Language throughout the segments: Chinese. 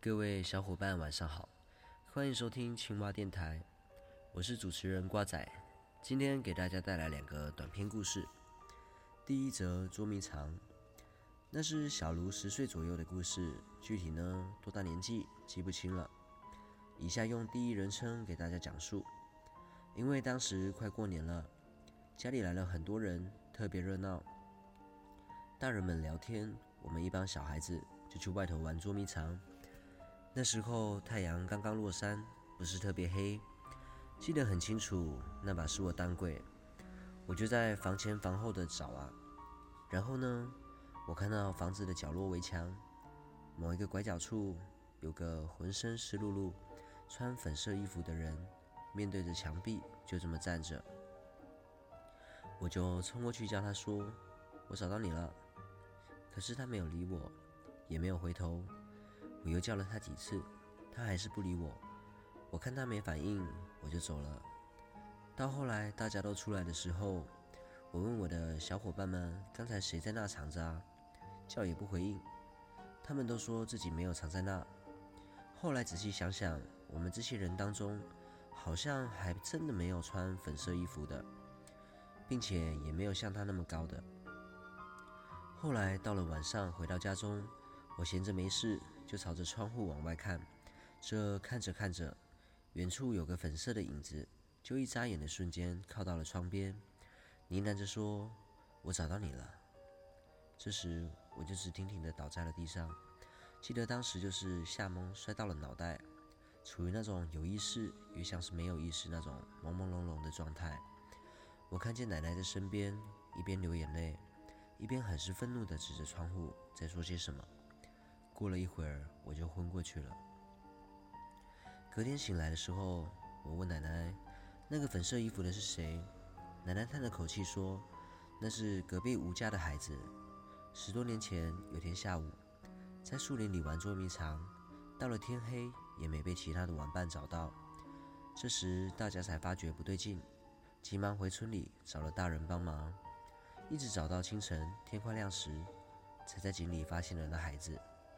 各位小伙伴晚上好，欢迎收听青蛙电台，我是主持人瓜仔。今天给大家带来2个短篇故事。第一则捉迷藏，那是小卢10岁左右的故事，具体呢多大年纪记不清了。以下用第一人称给大家讲述，因为当时快过年了，家里来了很多人，特别热闹。大人们聊天，我们一帮小孩子就去外头玩捉迷藏。那时候太阳刚刚落山，不是特别黑，记得很清楚，那把是我当柜，我就在房前房后的找啊。然后呢，我看到房子的角落围墙，某一个拐角处有个浑身湿漉漉、穿粉色衣服的人，面对着墙壁就这么站着。我就冲过去叫他说：“我找到你了。”可是他没有理我，也没有回头。我又叫了他几次，他还是不理我。我看他没反应，我就走了。到后来大家都出来的时候，我问我的小伙伴们，刚才谁在那藏着啊？叫也不回应。他们都说自己没有藏在那。后来仔细想想，我们这些人当中，好像还真的没有穿粉色衣服的，并且也没有像他那么高的。后来到了晚上，回到家中，我闲着没事，就朝着窗户往外看。这看着看着，远处有个粉色的影子，就一眨眼的瞬间靠到了窗边，呢喃着说：“我找到你了。”这时我就直挺挺地倒在了地上，记得当时就是吓懵，摔到了脑袋，处于那种有意识又像是没有意识那种朦朦胧胧的状态。我看见奶奶在身边，一边流眼泪，一边很是愤怒地指着窗户在说些什么。过了一会儿，我就昏过去了。隔天醒来的时候，我问奶奶：“那个粉色衣服的是谁？”奶奶叹了口气说：“那是隔壁吴家的孩子。10多年前有天下午，在树林里玩捉迷藏，到了天黑也没被其他的玩伴找到。这时大家才发觉不对劲，急忙回村里找了大人帮忙，一直找到清晨天快亮时，才在井里发现了那孩子。”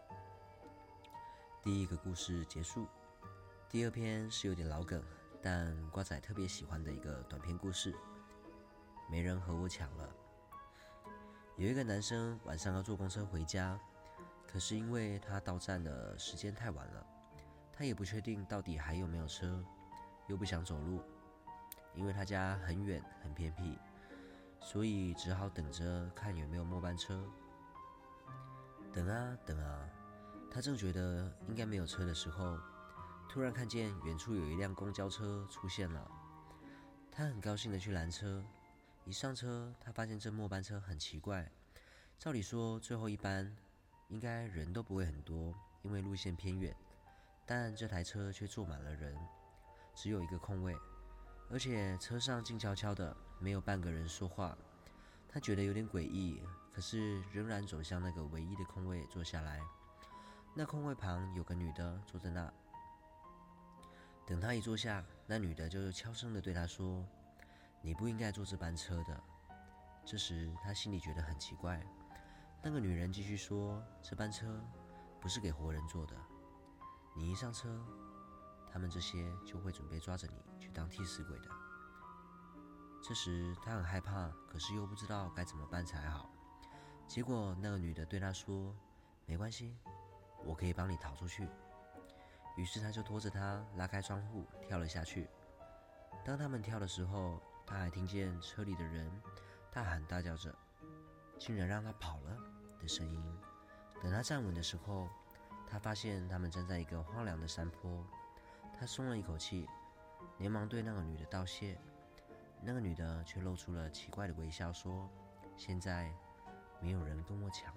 第一个故事结束。第二篇是有点老梗，但瓜仔特别喜欢的一个短篇故事。没人和我抢了。有一个男生晚上要坐公车回家，可是因为他到站的时间太晚了，他也不确定到底还有没有车，又不想走路，因为他家很远很偏僻，所以只好等着看有没有末班车。等啊等啊，他正觉得应该没有车的时候，突然看见远处有一辆公交车出现了。他很高兴地去拦车，一上车，他发现这末班车很奇怪。照理说最后一班应该人都不会很多，因为路线偏远，但这台车却坐满了人，只有一个空位，而且车上静悄悄的，没有半个人说话。他觉得有点诡异，可是仍然走向那个唯一的空位坐下来。那空位旁有个女的坐在那。等他一坐下，那女的就悄声地对他说：“你不应该坐这班车的。”这时他心里觉得很奇怪。那个女人继续说：“这班车不是给活人坐的，你一上车，他们这些就会准备抓着你去当替死鬼的。”这时他很害怕，可是又不知道该怎么办才好。结果那个女的对他说：“没关系，我可以帮你逃出去。”于是他就拖着他拉开窗户跳了下去。当他们跳的时候，他还听见车里的人大喊大叫着竟然让他跑了的声音。等他站稳的时候，他发现他们站在一个荒凉的山坡。他松了一口气，连忙对那个女的道谢。那个女的却露出了奇怪的微笑，说：“现在没有人跟我抢了。”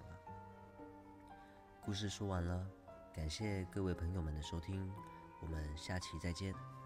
故事说完了，感谢各位朋友们的收听，我们下期再见。